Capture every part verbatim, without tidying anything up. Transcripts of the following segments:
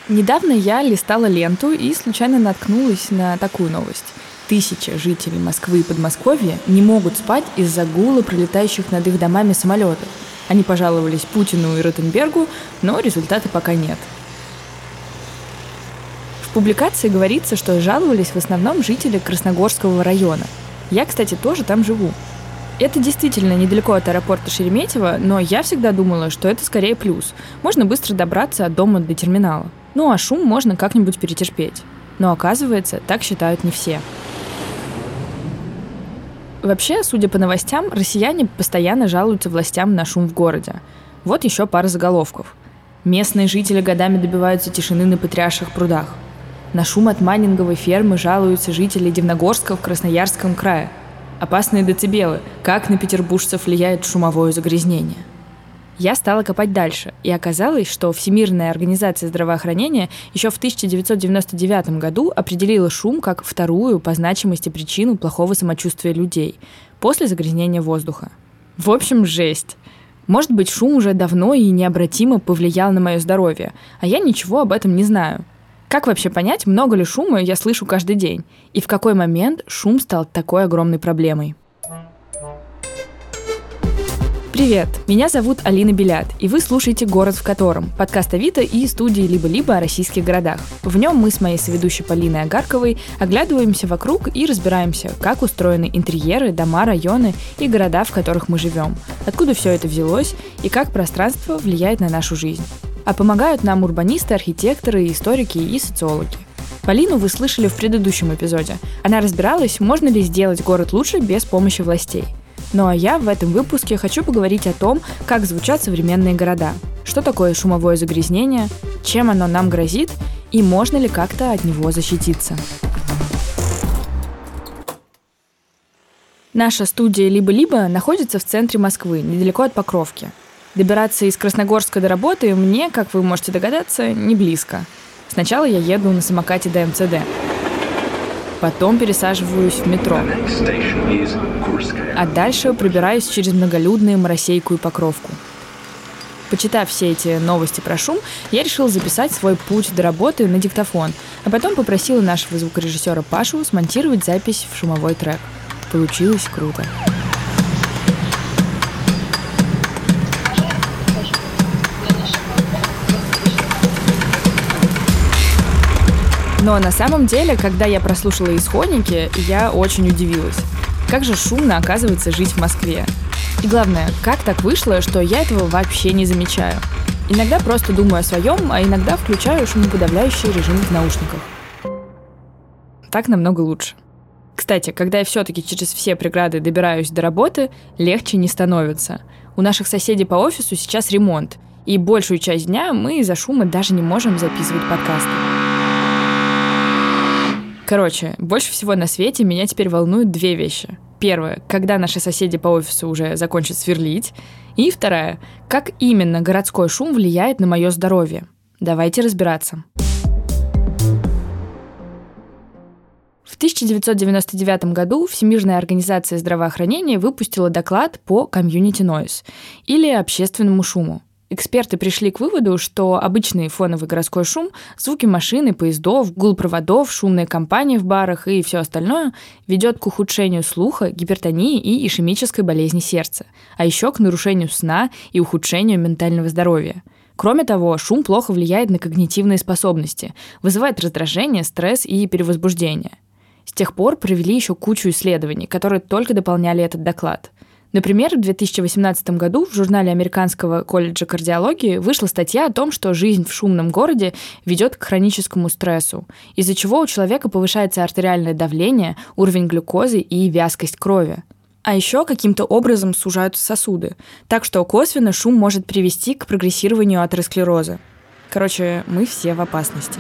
Недавно я листала ленту и случайно наткнулась на такую новость. Тысячи жителей Москвы и Подмосковья не могут спать из-за гула пролетающих над их домами самолетов. Они пожаловались Путину и Ротенбергу, но результата пока нет. В публикации говорится, что жаловались в основном жители Красногорского района. Я, кстати, тоже там живу. Это действительно недалеко от аэропорта Шереметьево, но я всегда думала, что это скорее плюс. Можно быстро добраться от дома до терминала. Ну а шум можно как-нибудь перетерпеть. Но оказывается, так считают не все. Вообще, судя по новостям, россияне постоянно жалуются властям на шум в городе. Вот еще пара заголовков. Местные жители годами добиваются тишины на потрясших прудах. На шум от майнинговой фермы жалуются жители Дивногорска в Красноярском крае. Опасные децибелы. Как на петербуржцев влияет шумовое загрязнение? Я стала копать дальше, и оказалось, что Всемирная организация здравоохранения еще в тысяча девятьсот девяносто девятом году определила шум как вторую по значимости причину плохого самочувствия людей после загрязнения воздуха. В общем, жесть. Может быть, шум уже давно и необратимо повлиял на мое здоровье, а я ничего об этом не знаю. Как вообще понять, много ли шума я слышу каждый день, и в какой момент шум стал такой огромной проблемой? Привет, меня зовут Алина Белят, и вы слушаете «Город в котором» — подкаст Авито и студии «Либо-либо» о российских городах. В нем мы с моей соведущей Полиной Агарковой оглядываемся вокруг и разбираемся, как устроены интерьеры, дома, районы и города, в которых мы живем, откуда все это взялось и как пространство влияет на нашу жизнь. А помогают нам урбанисты, архитекторы, историки и социологи. Полину вы слышали в предыдущем эпизоде. Она разбиралась, можно ли сделать город лучше без помощи властей. Ну а я в этом выпуске хочу поговорить о том, как звучат современные города, что такое шумовое загрязнение, чем оно нам грозит и можно ли как-то от него защититься. Наша студия «Либо-либо» находится в центре Москвы, недалеко от Покровки. Добираться из Красногорска до работы мне, как вы можете догадаться, не близко. Сначала я еду на самокате до эм цэ дэ. Потом пересаживаюсь в метро. А дальше пробираюсь через многолюдные Моросейку и Покровку. Почитав все эти новости про шум, я решила записать свой путь до работы на диктофон, а потом попросила нашего звукорежиссера Пашу смонтировать запись в шумовой трек. Получилось круто. Но на самом деле, когда я прослушала исходники, я очень удивилась. Как же шумно, оказывается, жить в Москве. И главное, как так вышло, что я этого вообще не замечаю. Иногда просто думаю о своем, а иногда включаю шумоподавляющий режим в наушниках. Так намного лучше. Кстати, когда я все-таки через все преграды добираюсь до работы, легче не становится. У наших соседей по офису сейчас ремонт, и большую часть дня мы из-за шума даже не можем записывать подкасты. Короче, больше всего на свете меня теперь волнуют две вещи. Первая, когда наши соседи по офису уже закончат сверлить. И вторая, как именно городской шум влияет на мое здоровье. Давайте разбираться. В тысяча девятьсот девяносто девятом году Всемирная организация здравоохранения выпустила доклад по community noise, или общественному шуму. Эксперты пришли к выводу, что обычный фоновый городской шум, звуки машин и поездов, гул проводов, шумные компании в барах и все остальное ведет к ухудшению слуха, гипертонии и ишемической болезни сердца, а еще к нарушению сна и ухудшению ментального здоровья. Кроме того, шум плохо влияет на когнитивные способности, вызывает раздражение, стресс и перевозбуждение. С тех пор провели еще кучу исследований, которые только дополняли этот доклад. Например, в две тысячи восемнадцатом году в журнале Американского колледжа кардиологии вышла статья о том, что жизнь в шумном городе ведет к хроническому стрессу, из-за чего у человека повышается артериальное давление, уровень глюкозы и вязкость крови. А еще каким-то образом сужаются сосуды, так что косвенно шум может привести к прогрессированию атеросклероза. Короче, мы все в опасности.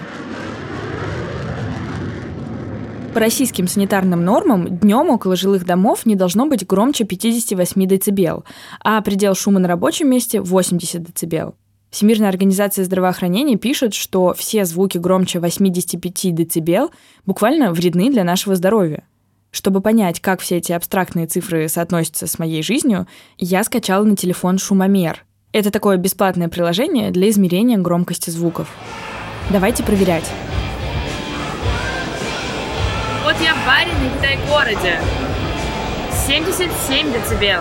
По российским санитарным нормам днем около жилых домов не должно быть громче пятьдесят восемь децибел, а предел шума на рабочем месте – восемьдесят децибел. Всемирная организация здравоохранения пишет, что все звуки громче восемьдесят пять децибел буквально вредны для нашего здоровья. Чтобы понять, как все эти абстрактные цифры соотносятся с моей жизнью, я скачала на телефон шумомер. Это такое бесплатное приложение для измерения громкости звуков. Давайте проверять. Вот я в баре на Китай-городе. семьдесят семь децибел.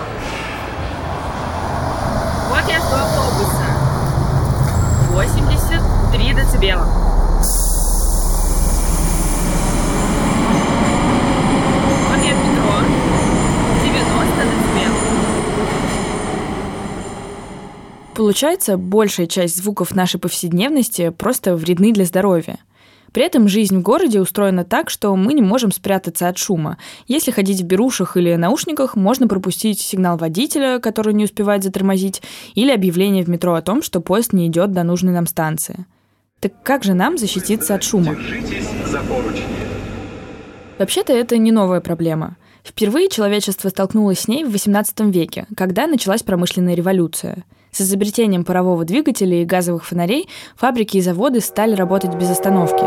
Вот я жду автобуса. восемьдесят три децибела. Вот я в метро. девяносто децибел. Получается, большая часть звуков нашей повседневности просто вредны для здоровья. При этом жизнь в городе устроена так, что мы не можем спрятаться от шума. Если ходить в берушах или наушниках, можно пропустить сигнал водителя, который не успевает затормозить, или объявление в метро о том, что поезд не идет до нужной нам станции. Так как же нам защититься от шума? Держитесь за поручни. Вообще-то это не новая проблема. Впервые человечество столкнулось с ней в восемнадцатом веке, когда началась промышленная революция. С изобретением парового двигателя и газовых фонарей фабрики и заводы стали работать без остановки.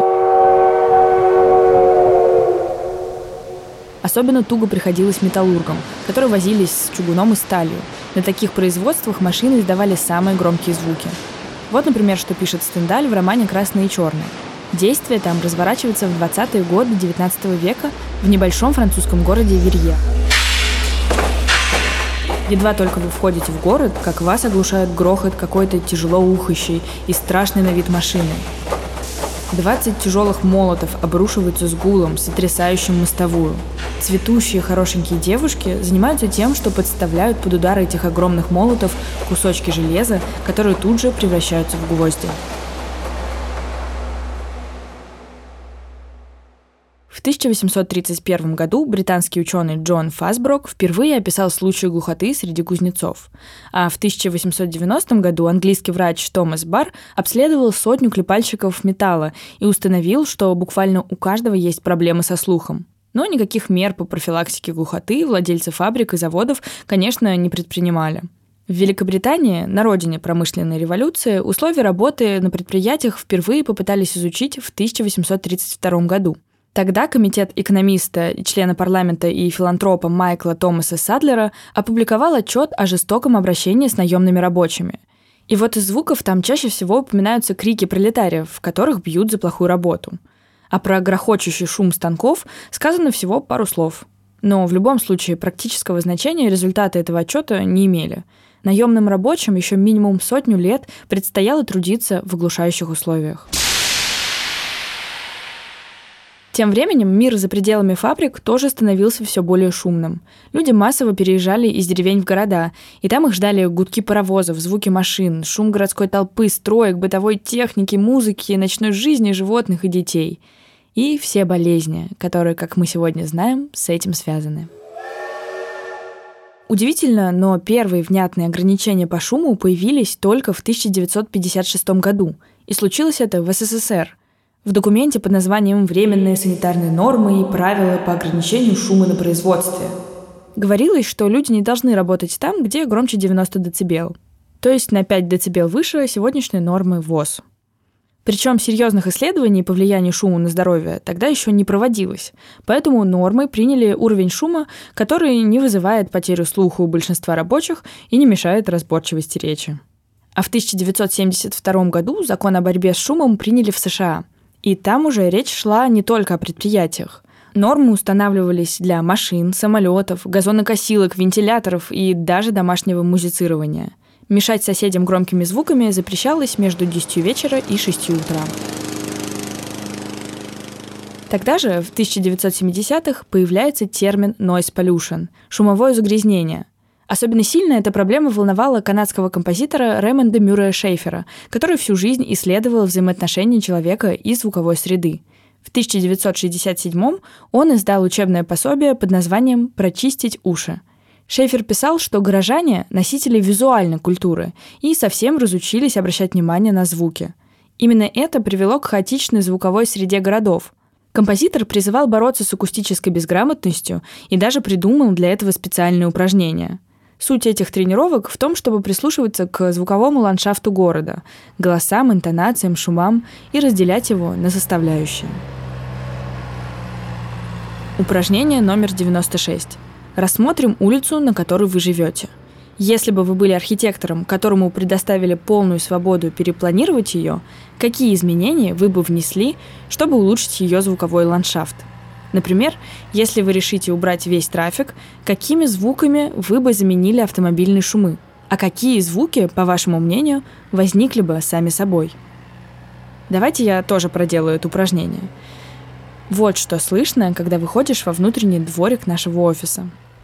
Особенно туго приходилось металлургам, которые возились с чугуном и сталью. На таких производствах машины издавали самые громкие звуки. Вот, например, что пишет Стендаль в романе «Красное и черное». Действие там разворачивается в двадцатые годы девятнадцатого века в небольшом французском городе Верье. Едва только вы входите в город, как вас оглушает грохот какой-то тяжело ухающей и страшной на вид машины. двадцать тяжелых молотов обрушиваются с гулом, сотрясающим мостовую. Цветущие хорошенькие девушки занимаются тем, что подставляют под удары этих огромных молотов кусочки железа, которые тут же превращаются в гвозди. В тысяча восемьсот тридцать первом году британский ученый Джон Фасброк впервые описал случай глухоты среди кузнецов. А в тысяча восемьсот девяностом году английский врач Томас Барр обследовал сотню клепальщиков металла и установил, что буквально у каждого есть проблемы со слухом. Но никаких мер по профилактике глухоты владельцы фабрик и заводов, конечно, не предпринимали. В Великобритании, на родине промышленной революции, условия работы на предприятиях впервые попытались изучить в тысяча восемьсот тридцать втором году. Тогда комитет экономиста, члена парламента и филантропа Майкла Томаса Садлера опубликовал отчет о жестоком обращении с наемными рабочими. И вот из звуков там чаще всего упоминаются крики пролетариев, в которых бьют за плохую работу. А про грохочущий шум станков сказано всего пару слов. Но в любом случае практического значения результаты этого отчета не имели. Наемным рабочим еще минимум сотню лет предстояло трудиться в оглушающих условиях. Тем временем мир за пределами фабрик тоже становился все более шумным. Люди массово переезжали из деревень в города, и там их ждали гудки паровозов, звуки машин, шум городской толпы, строек, бытовой техники, музыки, ночной жизни животных и детей. И все болезни, которые, как мы сегодня знаем, с этим связаны. Удивительно, но первые внятные ограничения по шуму появились только в тысяча девятьсот пятьдесят шестом году, и случилось это в СССР. В документе под названием «Временные санитарные нормы и правила по ограничению шума на производстве» говорилось, что люди не должны работать там, где громче девяносто децибел. То есть на пять децибел выше сегодняшней нормы ВОЗ. Причем серьезных исследований по влиянию шума на здоровье тогда еще не проводилось, поэтому нормы приняли уровень шума, который не вызывает потерю слуха у большинства рабочих и не мешает разборчивости речи. А в тысяча девятьсот семьдесят втором году закон о борьбе с шумом приняли в США. И там уже речь шла не только о предприятиях. Нормы устанавливались для машин, самолетов, газонокосилок, вентиляторов и даже домашнего музицирования. Мешать соседям громкими звуками запрещалось между десятью вечера и шестью утра. Тогда же, в тысяча девятьсот семидесятых, появляется термин noise pollution – шумовое загрязнение. Особенно сильно эта проблема волновала канадского композитора Рэймонда Мюррея Шейфера, который всю жизнь исследовал взаимоотношения человека и звуковой среды. В тысяча девятьсот шестьдесят седьмом он издал учебное пособие под названием «Прочистить уши». Шейфер писал, что горожане – носители визуальной культуры и совсем разучились обращать внимание на звуки. Именно это привело к хаотичной звуковой среде городов. Композитор призывал бороться с акустической безграмотностью и даже придумал для этого специальные упражнения. Суть этих тренировок в том, чтобы прислушиваться к звуковому ландшафту города, голосам, интонациям, шумам и разделять его на составляющие. Упражнение номер девяносто шесть. Рассмотрим улицу, на которой вы живете. Если бы вы были архитектором, которому предоставили полную свободу перепланировать ее, какие изменения вы бы внесли, чтобы улучшить ее звуковой ландшафт? Например, если вы решите убрать весь трафик, какими звуками вы бы заменили автомобильные шумы? А какие звуки, по вашему мнению, возникли бы сами собой? Давайте я тоже проделаю это упражнение. Вот что слышно, когда выходишь во внутренний дворик нашего офиса.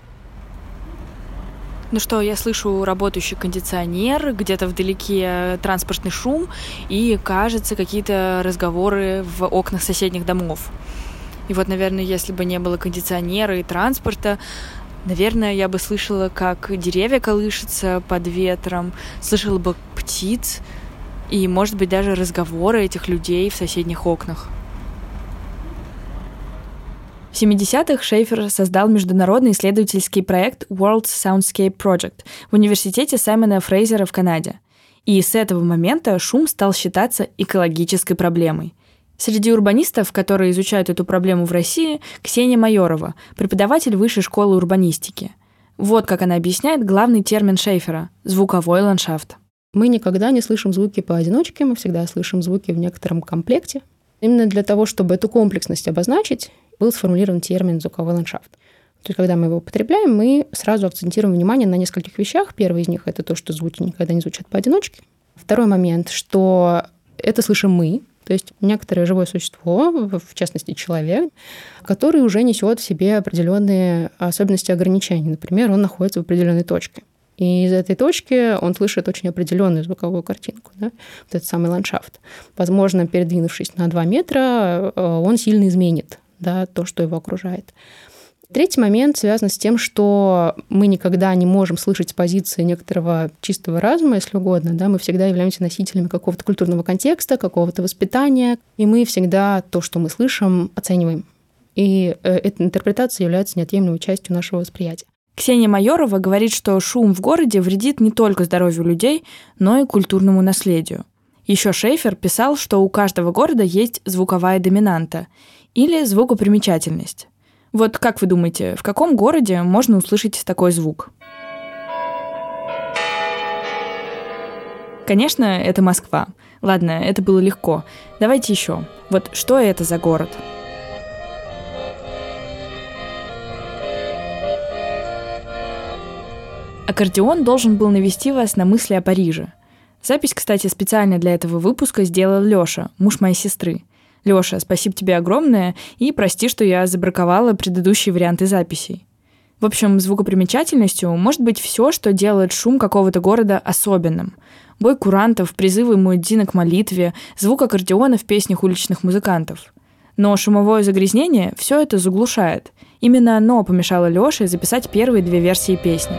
Ну что, я слышу работающий кондиционер, где-то вдалеке транспортный шум и, кажется, какие-то разговоры в окнах соседних домов. И вот, наверное, если бы не было кондиционера и транспорта, наверное, я бы слышала, как деревья колышутся под ветром, слышала бы птиц и, может быть, даже разговоры этих людей в соседних окнах. В семидесятых Шейфер создал международный исследовательский проект World Soundscape Project в университете Саймона Фрейзера в Канаде. И с этого момента шум стал считаться экологической проблемой. Среди урбанистов, которые изучают эту проблему в России, Ксения Майорова, преподаватель Высшей школы урбанистики. Вот как она объясняет главный термин Шейфера – звуковой ландшафт. Мы никогда не слышим звуки поодиночке, мы всегда слышим звуки в некотором комплекте. Именно для того, чтобы эту комплексность обозначить, был сформулирован термин «звуковой ландшафт». То есть, когда мы его употребляем, мы сразу акцентируем внимание на нескольких вещах. Первый из них – это то, что звуки никогда не звучат поодиночке. Второй момент, что это слышим мы, то есть некоторое живое существо, в частности человек, который уже несет в себе определенные особенности ограничений. Например, он находится в определенной точке. И из этой точки он слышит очень определенную звуковую картинку, да? Вот этот самый ландшафт. Возможно, передвинувшись на два метра, он сильно изменит, да, то, что его окружает. Третий момент связан с тем, что мы никогда не можем слышать с позиции некоторого чистого разума, если угодно. Да? Мы всегда являемся носителями какого-то культурного контекста, какого-то воспитания, и мы всегда то, что мы слышим, оцениваем. И эта интерпретация является неотъемлемой частью нашего восприятия. Ксения Майорова говорит, что шум в городе вредит не только здоровью людей, но и культурному наследию. Еще Шейфер писал, что у каждого города есть звуковая доминанта или звукопримечательность. Вот как вы думаете, в каком городе можно услышать такой звук? Конечно, это Москва. Ладно, это было легко. Давайте еще. Вот что это за город? Аккордеон должен был навести вас на мысли о Париже. Запись, кстати, специально для этого выпуска сделал Лёша, муж моей сестры. Лёша, спасибо тебе огромное, и прости, что я забраковала предыдущие варианты записей. В общем, звукопримечательностью может быть все, что делает шум какого-то города особенным. Бой курантов, призывы муэдзина к молитве, звук аккордеона в песнях уличных музыкантов. Но шумовое загрязнение все это заглушает. Именно оно помешало Лёше записать первые две версии песни.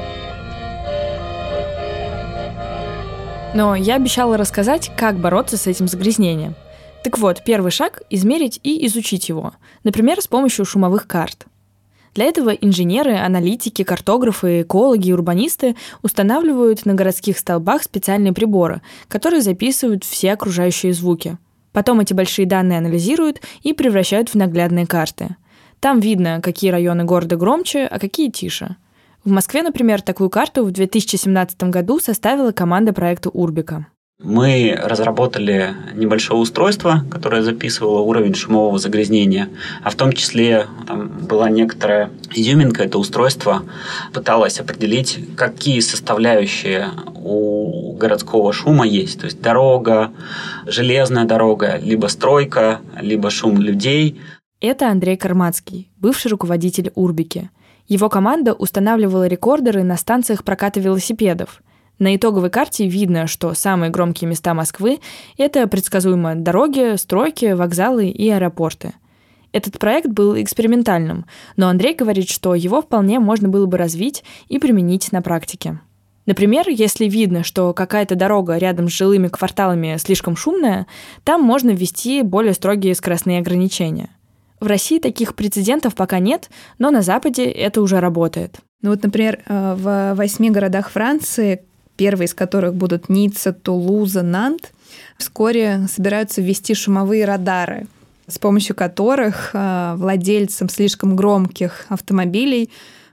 Но я обещала рассказать, как бороться с этим загрязнением. Так вот, первый шаг – измерить и изучить его, например, с помощью шумовых карт. Для этого инженеры, аналитики, картографы, экологи и урбанисты устанавливают на городских столбах специальные приборы, которые записывают все окружающие звуки. Потом эти большие данные анализируют и превращают в наглядные карты. Там видно, какие районы города громче, а какие тише. В Москве, например, такую карту в две тысячи семнадцатом году составила команда проекта «Урбика». Мы разработали небольшое устройство, которое записывало уровень шумового загрязнения, а в том числе там была некоторая изюминка. Это устройство пыталось определить, какие составляющие у городского шума есть. То есть дорога, железная дорога, либо стройка, либо шум людей. Это Андрей Кармацкий, бывший руководитель «Урбики». Его команда устанавливала рекордеры на станциях проката велосипедов. На итоговой карте видно, что самые громкие места Москвы – это предсказуемо дороги, стройки, вокзалы и аэропорты. Этот проект был экспериментальным, но Андрей говорит, что его вполне можно было бы развить и применить на практике. Например, если видно, что какая-то дорога рядом с жилыми кварталами слишком шумная, там можно ввести более строгие скоростные ограничения. В России таких прецедентов пока нет, но на Западе это уже работает. Ну вот, например, в восьми городах Франции, первые из которых будут Ницца, Тулуза, Нант, вскоре собираются ввести шумовые радары, с помощью которых владельцам слишком громких автомобилей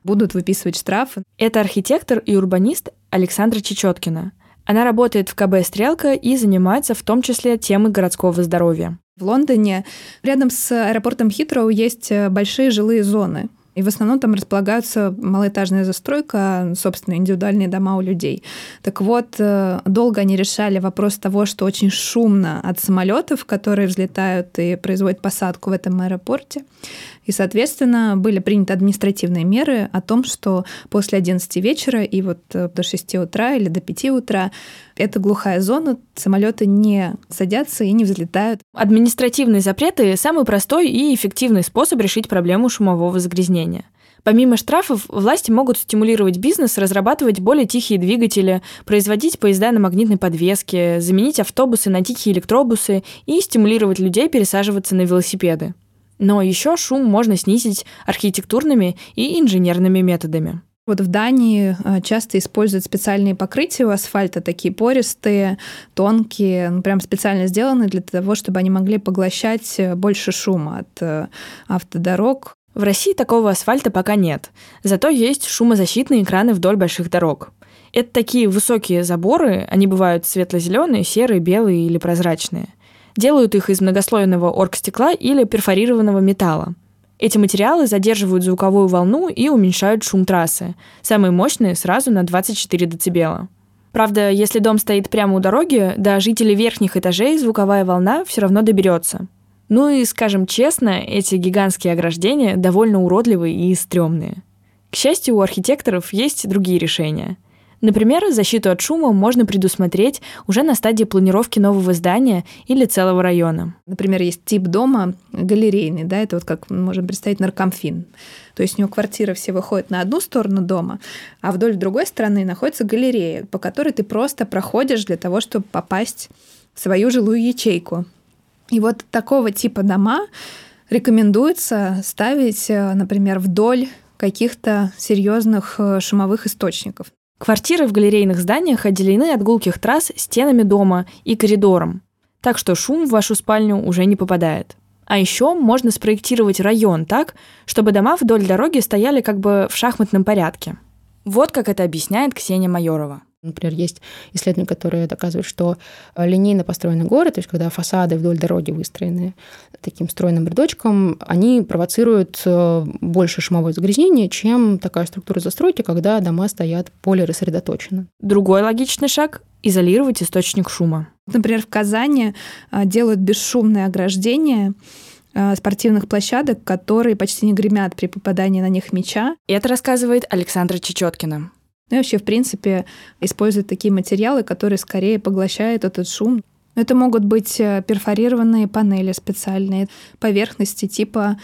будут выписывать штрафы. Это архитектор и урбанист Александра Чечеткина. Она работает в ка бэ «Стрелка» и занимается в том числе темой городского здоровья. В Лондоне рядом с аэропортом Хитроу есть большие жилые зоны. И в основном там располагаются малоэтажная застройка, собственно, индивидуальные дома у людей. Так вот, долго они решали вопрос того, что очень шумно от самолетов, которые взлетают и производят посадку в этом аэропорте. И, соответственно, были приняты административные меры о том, что после одиннадцати вечера и вот до шести утра или до пяти утра это глухая зона, самолеты не садятся и не взлетают. Административные запреты – самый простой и эффективный способ решить проблему шумового загрязнения. Помимо штрафов, власти могут стимулировать бизнес разрабатывать более тихие двигатели, производить поезда на магнитной подвеске, заменить автобусы на тихие электробусы и стимулировать людей пересаживаться на велосипеды. Но еще шум можно снизить архитектурными и инженерными методами. Вот в Дании часто используют специальные покрытия у асфальта, такие пористые, тонкие, ну, прям специально сделаны для того, чтобы они могли поглощать больше шума от автодорог. В России такого асфальта пока нет, зато есть шумозащитные экраны вдоль больших дорог. Это такие высокие заборы, они бывают светло-зеленые, серые, белые или прозрачные. Делают их из многослойного оргстекла или перфорированного металла. Эти материалы задерживают звуковую волну и уменьшают шум трассы. Самые мощные сразу на двадцать четыре децибела. Правда, если дом стоит прямо у дороги, до жителей верхних этажей звуковая волна все равно доберется. Ну и, скажем честно, эти гигантские ограждения довольно уродливые и стрёмные. К счастью, у архитекторов есть другие решения. Например, защиту от шума можно предусмотреть уже на стадии планировки нового здания или целого района. Например, есть тип дома галерейный, да, это вот как мы можем представить наркомфин. То есть у него квартиры все выходят на одну сторону дома, а вдоль другой стороны находится галерея, по которой ты просто проходишь для того, чтобы попасть в свою жилую ячейку. И вот такого типа дома рекомендуется ставить, например, вдоль каких-то серьезных шумовых источников. Квартиры в галерейных зданиях отделены от гулких трасс стенами дома и коридором, так что шум в вашу спальню уже не попадает. А еще можно спроектировать район так, чтобы дома вдоль дороги стояли как бы в шахматном порядке. Вот как это объясняет Ксения Майорова. Например, есть исследования, которые доказывают, что линейно построенный город, то есть когда фасады вдоль дороги выстроены таким стройным рядочком, они провоцируют больше шумовое загрязнение, чем такая структура застройки, когда дома стоят более рассредоточенно. Другой логичный шаг – изолировать источник шума. Например, в Казани делают бесшумные ограждения спортивных площадок, которые почти не гремят при попадании на них мяча. Это рассказывает Александра Чечеткина. Ну и вообще, в принципе, используют такие материалы, которые скорее поглощают этот шум. Это могут быть перфорированные панели специальные, поверхности типа,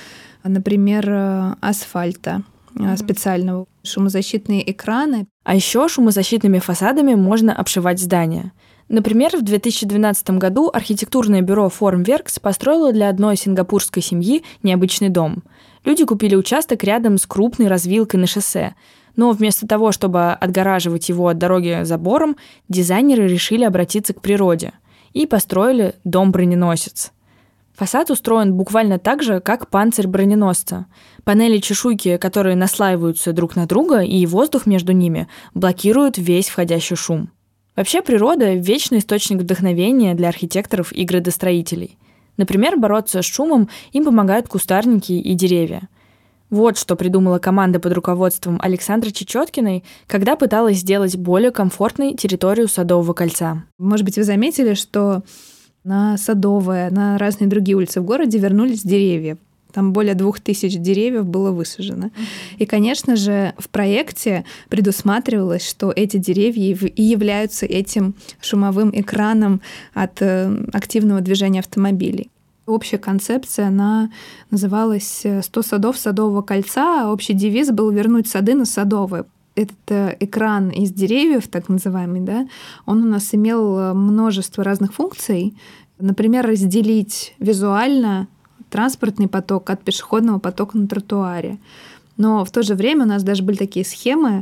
например, асфальта mm-hmm. специального, шумозащитные экраны. А еще шумозащитными фасадами можно обшивать здания. Например, в две тысячи двенадцатом году архитектурное бюро Formworks построило для одной сингапурской семьи необычный дом. Люди купили участок рядом с крупной развилкой на шоссе. Но вместо того, чтобы отгораживать его от дороги забором, дизайнеры решили обратиться к природе и построили дом-броненосец. Фасад устроен буквально так же, как панцирь броненосца. Панели-чешуйки, которые наслаиваются друг на друга, и воздух между ними блокируют весь входящий шум. Вообще природа – вечный источник вдохновения для архитекторов и градостроителей. Например, бороться с шумом им помогают кустарники и деревья. Вот что придумала команда под руководством Александры Чечеткиной, когда пыталась сделать более комфортной территорию Садового кольца. Может быть, вы заметили, что на Садовое, на разные другие улицы в городе вернулись деревья. Там более двух тысяч деревьев было высажено. И, конечно же, в проекте предусматривалось, что эти деревья и являются этим шумовым экраном от активного движения автомобилей. Общая концепция, она называлась «сто садов Садового кольца», а общий девиз был «Вернуть сады на Садовое». Этот экран из деревьев, так называемый, да, он у нас имел множество разных функций. Например, разделить визуально транспортный поток от пешеходного потока на тротуаре. Но в то же время у нас даже были такие схемы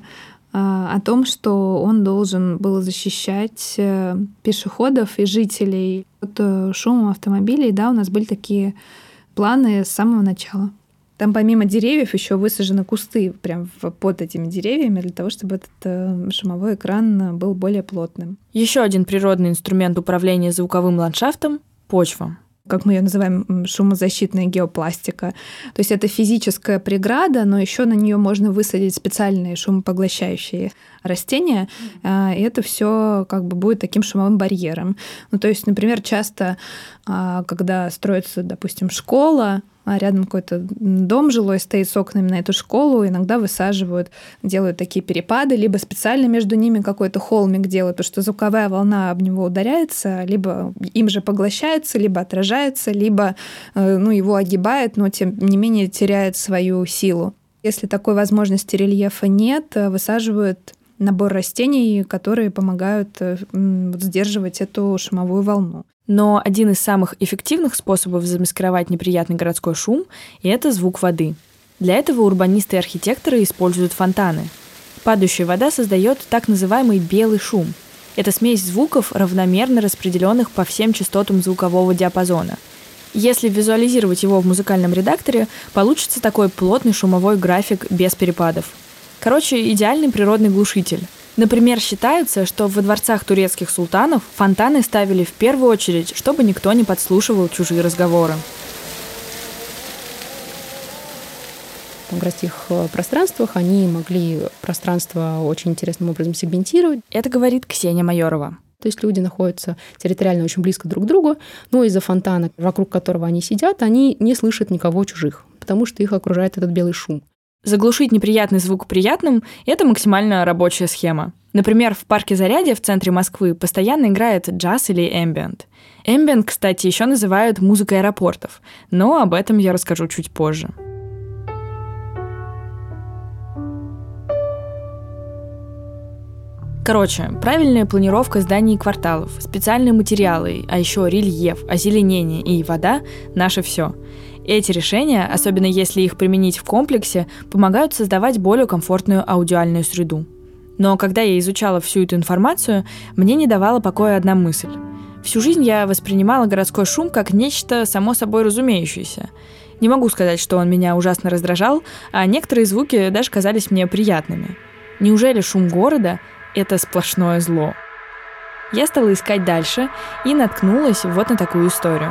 о том, что он должен был защищать пешеходов и жителей от шума автомобилей. Да, у нас были такие планы с самого начала. Там помимо деревьев еще высажены кусты прям под этими деревьями для того, чтобы этот шумовой экран был более плотным. Еще один природный инструмент управления звуковым ландшафтом — почва. Как мы ее называем, шумозащитная геопластика. То есть это физическая преграда, но еще на нее можно высадить специальные шумопоглощающие растения, и это все как бы будет таким шумовым барьером. Ну, то есть, например, часто, когда строится, допустим, школа, а рядом какой-то дом жилой стоит с окнами на эту школу, иногда высаживают, делают такие перепады, либо специально между ними какой-то холмик делают, потому что звуковая волна об него ударяется, либо им же поглощается, либо отражается, либо ну, его огибает, но тем не менее теряет свою силу. Если такой возможности рельефа нет, высаживают набор растений, которые помогают сдерживать эту шумовую волну. Но один из самых эффективных способов замаскировать неприятный городской шум — это звук воды. Для этого урбанисты и архитекторы используют фонтаны. Падающая вода создает так называемый белый шум. Это смесь звуков, равномерно распределенных по всем частотам звукового диапазона. Если визуализировать его в музыкальном редакторе, получится такой плотный шумовой график без перепадов. Короче, идеальный природный глушитель. Например, считается, что во дворцах турецких султанов фонтаны ставили в первую очередь, чтобы никто не подслушивал чужие разговоры. В городских пространствах они могли пространство очень интересным образом сегментировать. Это говорит Ксения Майорова. То есть люди находятся территориально очень близко друг к другу, но из-за фонтана, вокруг которого они сидят, они не слышат никого чужих, потому что их окружает этот белый шум. Заглушить неприятный звук приятным – это максимально рабочая схема. Например, в парке Зарядье в центре Москвы постоянно играет джаз или эмбиент. Эмбиент, кстати, еще называют музыкой аэропортов, но об этом я расскажу чуть позже. Короче, правильная планировка зданий и кварталов, специальные материалы, а еще рельеф, озеленение и вода – наше все. Эти решения, особенно если их применить в комплексе, помогают создавать более комфортную аудиальную среду. Но когда я изучала всю эту информацию, мне не давала покоя одна мысль. Всю жизнь я воспринимала городской шум как нечто само собой разумеющееся. Не могу сказать, что он меня ужасно раздражал, а некоторые звуки даже казались мне приятными. Неужели шум города – это сплошное зло? Я стала искать дальше и наткнулась вот на такую историю.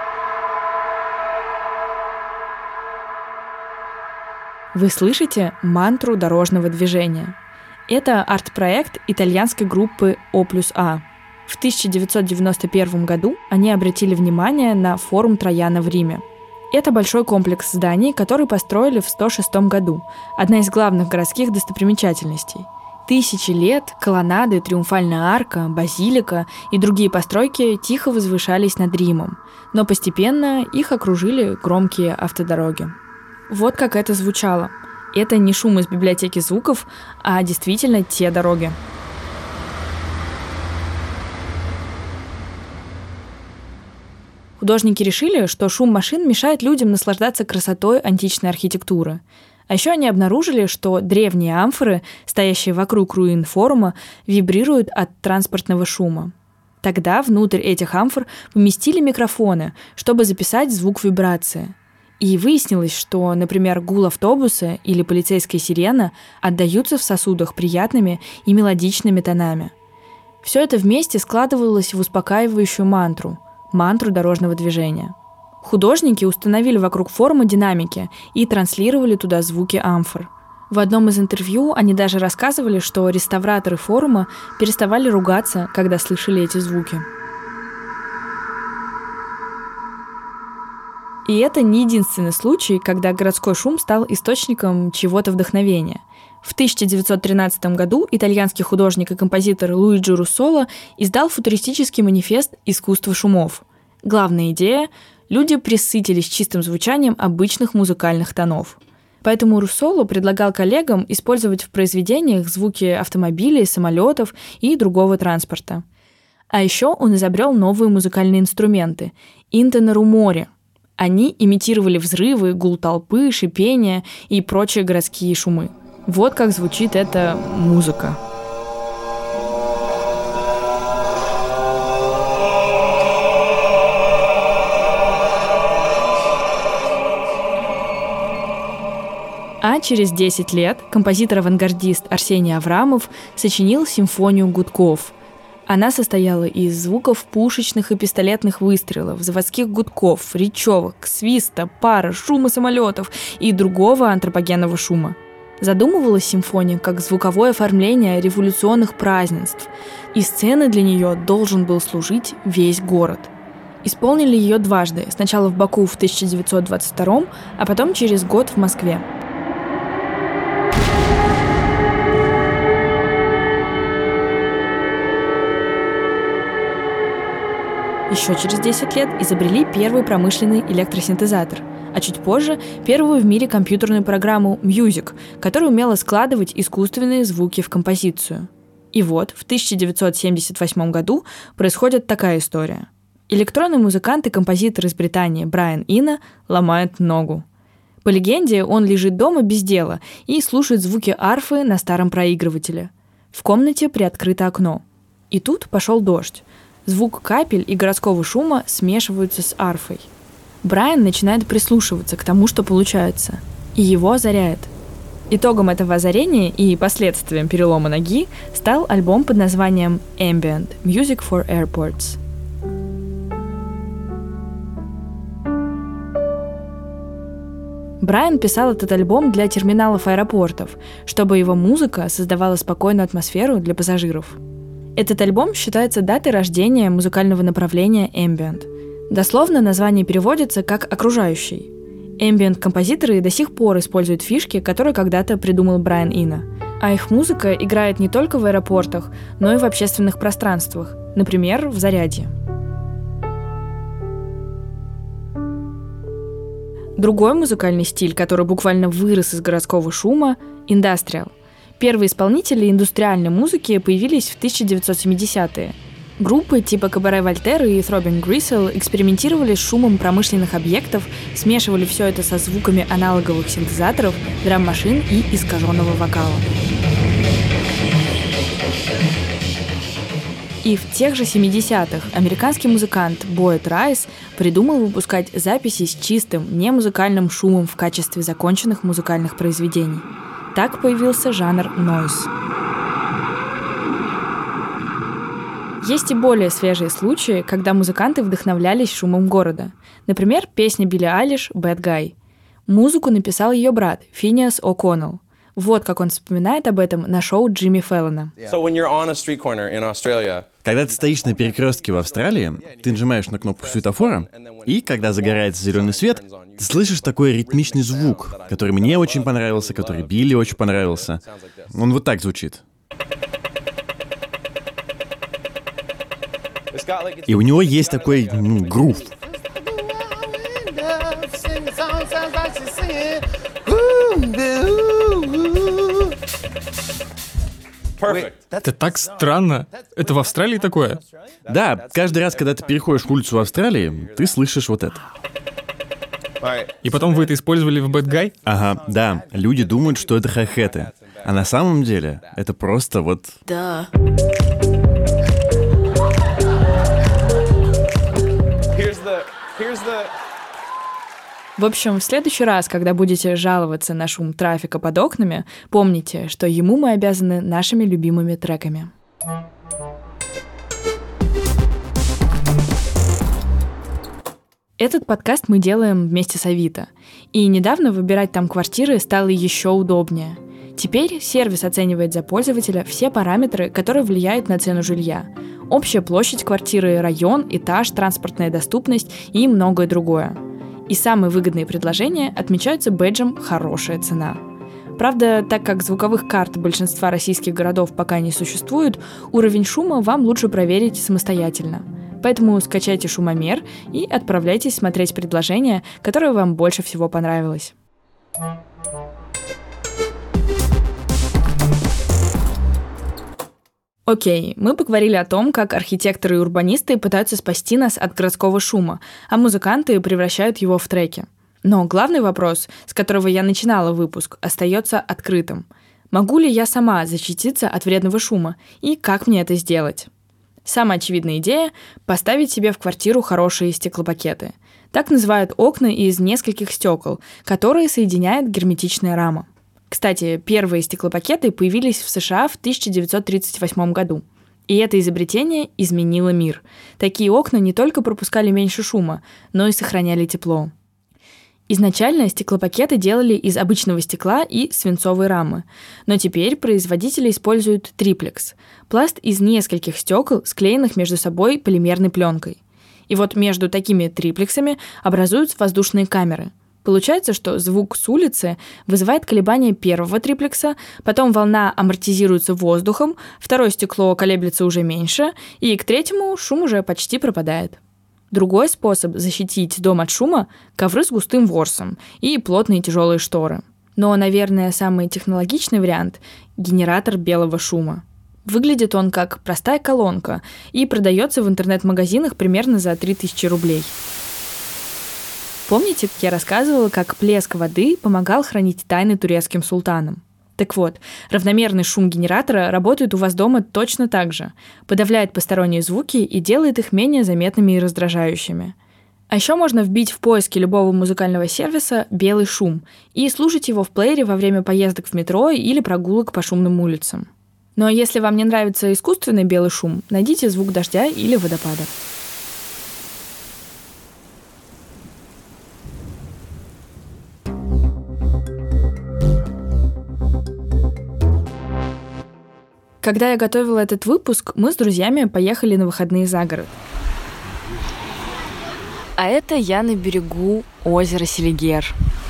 Вы слышите мантру дорожного движения. Это арт-проект итальянской группы О плюс А. В тысяча девятьсот девяносто первом году они обратили внимание на форум Трояна в Риме. Это большой комплекс зданий, который построили в сто шестом году, одна из главных городских достопримечательностей. Тысячи лет колоннады, триумфальная арка, базилика и другие постройки тихо возвышались над Римом, но постепенно их окружили громкие автодороги. Вот как это звучало. Это не шум из библиотеки звуков, а действительно те дороги. Художники решили, что шум машин мешает людям наслаждаться красотой античной архитектуры. А еще они обнаружили, что древние амфоры, стоящие вокруг руин форума, вибрируют от транспортного шума. Тогда внутрь этих амфор поместили микрофоны, чтобы записать звук вибрации. И выяснилось, что, например, гул автобуса или полицейская сирена отдаются в сосудах приятными и мелодичными тонами. Все это вместе складывалось в успокаивающую мантру – мантру дорожного движения. Художники установили вокруг форума динамики и транслировали туда звуки амфор. В одном из интервью они даже рассказывали, что реставраторы форума переставали ругаться, когда слышали эти звуки. И это не единственный случай, когда городской шум стал источником чего-то вдохновения. В тысяча девятьсот тринадцатом году итальянский художник и композитор Луиджи Руссоло издал футуристический манифест «Искусство шумов». Главная идея – люди пресытились чистым звучанием обычных музыкальных тонов. Поэтому Руссоло предлагал коллегам использовать в произведениях звуки автомобилей, самолетов и другого транспорта. А еще он изобрел новые музыкальные инструменты – интонорумори. Они имитировали взрывы, гул толпы, шипение и прочие городские шумы. Вот как звучит эта музыка. А через десять лет композитор-авангардист Арсений Аврамов сочинил симфонию гудков. Она состояла из звуков пушечных и пистолетных выстрелов, заводских гудков, речевок, свиста, пара, шума самолетов и другого антропогенного шума. Задумывалась симфония как звуковое оформление революционных празднеств, и сценой для нее должен был служить весь город. Исполнили ее дважды, сначала в Баку в тысяча девятьсот двадцать втором, а потом через год в Москве. Еще через десять лет изобрели первый промышленный электросинтезатор, а чуть позже первую в мире компьютерную программу Music, которая умела складывать искусственные звуки в композицию. И вот в тысяча девятьсот семьдесят восьмом году происходит такая история. Электронный музыкант и композитор из Британии Брайан Ино ломает ногу. По легенде, он лежит дома без дела и слушает звуки арфы на старом проигрывателе. В комнате приоткрыто окно. И тут пошел дождь. Звук капель и городского шума смешиваются с арфой. Брайан начинает прислушиваться к тому, что получается, и его озаряет. Итогом этого озарения и последствием перелома ноги стал альбом под названием Ambient – Music for Airports. Брайан писал этот альбом для терминалов аэропортов, чтобы его музыка создавала спокойную атмосферу для пассажиров. Этот альбом считается датой рождения музыкального направления Ambient. Дословно название переводится как «окружающий». Ambient-композиторы до сих пор используют фишки, которые когда-то придумал Брайан Ино. А их музыка играет не только в аэропортах, но и в общественных пространствах, например, в Зарядье. Другой музыкальный стиль, который буквально вырос из городского шума – индастриал. Первые исполнители индустриальной музыки появились в тысяча девятьсот семидесятые. Группы типа Кабаре Вольтер и Throbbing Gristle экспериментировали с шумом промышленных объектов, смешивали все это со звуками аналоговых синтезаторов, драм-машин и искаженного вокала. И в тех же семидесятых американский музыкант Боэд Райс придумал выпускать записи с чистым, немузыкальным шумом в качестве законченных музыкальных произведений. Так появился жанр нойз. Есть и более свежие случаи, когда музыканты вдохновлялись шумом города. Например, песня Билли Айлиш «Bad Guy». Музыку написал ее брат Финиас О'Коннелл. Вот как он вспоминает об этом на шоу Джимми Фэллона. Когда ты стоишь на перекрестке в Австралии, ты нажимаешь на кнопку светофора, и когда загорается зеленый свет, ты слышишь такой ритмичный звук, который мне очень понравился, который Билли очень понравился. Он вот так звучит. И у него есть такой, ну, грув. Это так странно. Это в Австралии такое? Да, каждый раз, когда ты переходишь улицу в Австралии, ты слышишь вот это. И потом вы это использовали в Bad Guy? Ага, да. Люди думают, что это хай-хеты. А на самом деле это просто вот... Да. В общем, в следующий раз, когда будете жаловаться на шум трафика под окнами, помните, что ему мы обязаны нашими любимыми треками. Этот подкаст мы делаем вместе с Авито. И недавно выбирать там квартиры стало еще удобнее. Теперь сервис оценивает за пользователя все параметры, которые влияют на цену жилья. Общая площадь квартиры, район, этаж, транспортная доступность и многое другое. И самые выгодные предложения отмечаются бэджем «Хорошая цена». Правда, так как звуковых карт большинства российских городов пока не существует, уровень шума вам лучше проверить самостоятельно. Поэтому скачайте шумомер и отправляйтесь смотреть предложение, которое вам больше всего понравилось. Окей, мы поговорили о том, как архитекторы и урбанисты пытаются спасти нас от городского шума, а музыканты превращают его в треки. Но главный вопрос, с которого я начинала выпуск, остается открытым. Могу ли я сама защититься от вредного шума? И как мне это сделать? Самая очевидная идея – поставить себе в квартиру хорошие стеклопакеты. Так называют окна из нескольких стекол, которые соединяет герметичная рама. Кстати, первые стеклопакеты появились в США в тысяча девятьсот тридцать восьмом году. И это изобретение изменило мир. Такие окна не только пропускали меньше шума, но и сохраняли тепло. Изначально стеклопакеты делали из обычного стекла и свинцовой рамы, но теперь производители используют триплекс – пласт из нескольких стекол, склеенных между собой полимерной пленкой. И вот между такими триплексами образуются воздушные камеры. Получается, что звук с улицы вызывает колебания первого триплекса, потом волна амортизируется воздухом, второе стекло колеблется уже меньше, и к третьему шум уже почти пропадает. Другой способ защитить дом от шума – ковры с густым ворсом и плотные тяжелые шторы. Но, наверное, самый технологичный вариант – генератор белого шума. Выглядит он как простая колонка и продается в интернет-магазинах примерно за три тысячи рублей. Помните, я рассказывала, как плеск воды помогал хранить тайны турецким султанам? Так вот, равномерный шум генератора работает у вас дома точно так же, подавляет посторонние звуки и делает их менее заметными и раздражающими. А еще можно вбить в поиске любого музыкального сервиса «белый шум» и слушать его в плеере во время поездок в метро или прогулок по шумным улицам. Ну а если вам не нравится искусственный белый шум, найдите звук дождя или водопада. Когда я готовила этот выпуск, мы с друзьями поехали на выходные за город. А это я на берегу озера Селигер.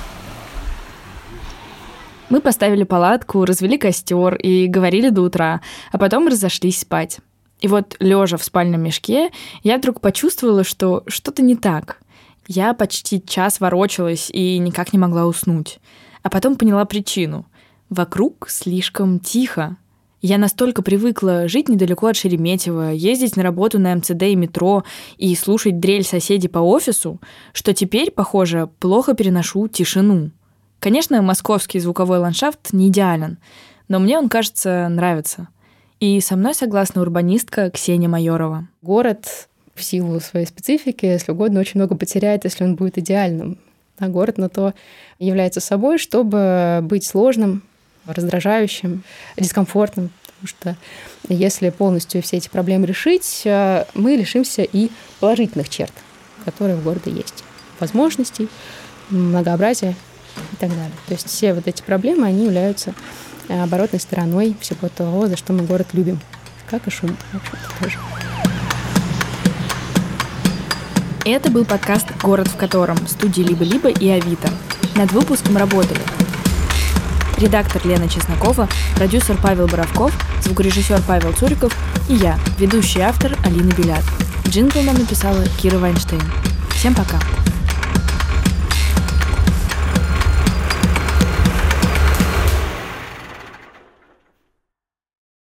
Мы поставили палатку, развели костер и говорили до утра, а потом разошлись спать. И вот, лежа в спальном мешке, я вдруг почувствовала, что что-то не так. Я почти час ворочалась и никак не могла уснуть. А потом поняла причину. Вокруг слишком тихо. Я настолько привыкла жить недалеко от Шереметьево, ездить на работу на эм цэ дэ и метро и слушать дрель соседей по офису, что теперь, похоже, плохо переношу тишину. Конечно, московский звуковой ландшафт не идеален, но мне он, кажется, нравится. И со мной согласна урбанистка Ксения Майорова. Город в силу своей специфики, если угодно, очень много потеряет, если он будет идеальным. А город на то является собой, чтобы быть сложным, раздражающим, дискомфортным, потому что если полностью все эти проблемы решить, мы лишимся и положительных черт, которые в городе есть. Возможностей, многообразия и так далее. То есть все вот эти проблемы, они являются оборотной стороной всего того, за что мы город любим. Как и шум, в общем-то, тоже. Это был подкаст «Город в котором» студии «Либо-либо» и «Авито». Над выпуском работали редактор Лена Чеснокова, продюсер Павел Боровков, звукорежиссер Павел Цуриков и я, ведущий автор Алина Белят. Джингл нам написала Кира Вайнштейн. Всем пока!